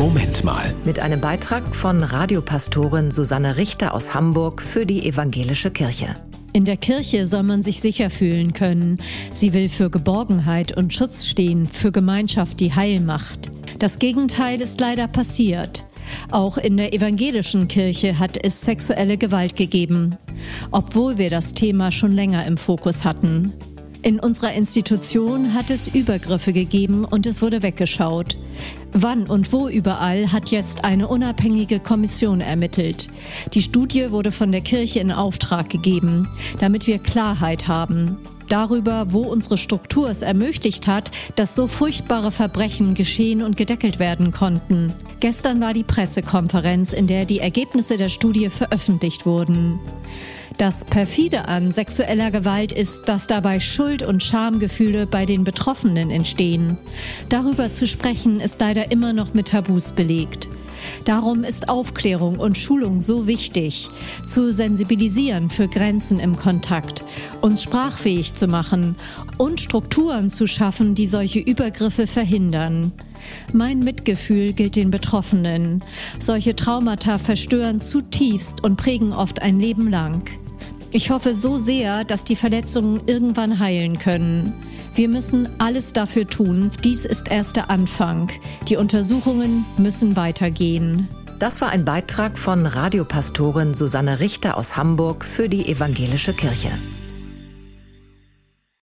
Moment mal. Mit einem Beitrag von Radiopastorin Susanne Richter aus Hamburg für die Evangelische Kirche. In der Kirche soll man sich sicher fühlen können. Sie will für Geborgenheit und Schutz stehen, für Gemeinschaft, die heil macht. Das Gegenteil ist leider passiert. Auch in der evangelischen Kirche hat es sexuelle Gewalt gegeben, obwohl wir das Thema schon länger im Fokus hatten. In unserer Institution hat es Übergriffe gegeben und es wurde weggeschaut. Wann und wo überall hat jetzt eine unabhängige Kommission ermittelt. Die Studie wurde von der Kirche in Auftrag gegeben, damit wir Klarheit haben darüber, wo unsere Struktur es ermöglicht hat, dass so furchtbare Verbrechen geschehen und gedeckelt werden konnten. Gestern war die Pressekonferenz, in der die Ergebnisse der Studie veröffentlicht wurden. Das perfide an sexueller Gewalt ist, dass dabei Schuld- und Schamgefühle bei den Betroffenen entstehen. Darüber zu sprechen, ist leider immer noch mit Tabus belegt. Darum ist Aufklärung und Schulung so wichtig, zu sensibilisieren für Grenzen im Kontakt, uns sprachfähig zu machen und Strukturen zu schaffen, die solche Übergriffe verhindern. Mein Mitgefühl gilt den Betroffenen. Solche Traumata verstören zutiefst und prägen oft ein Leben lang. Ich hoffe so sehr, dass die Verletzungen irgendwann heilen können. Wir müssen alles dafür tun. Dies ist erst der Anfang. Die Untersuchungen müssen weitergehen. Das war ein Beitrag von Radiopastorin Susanne Richter aus Hamburg für die Evangelische Kirche.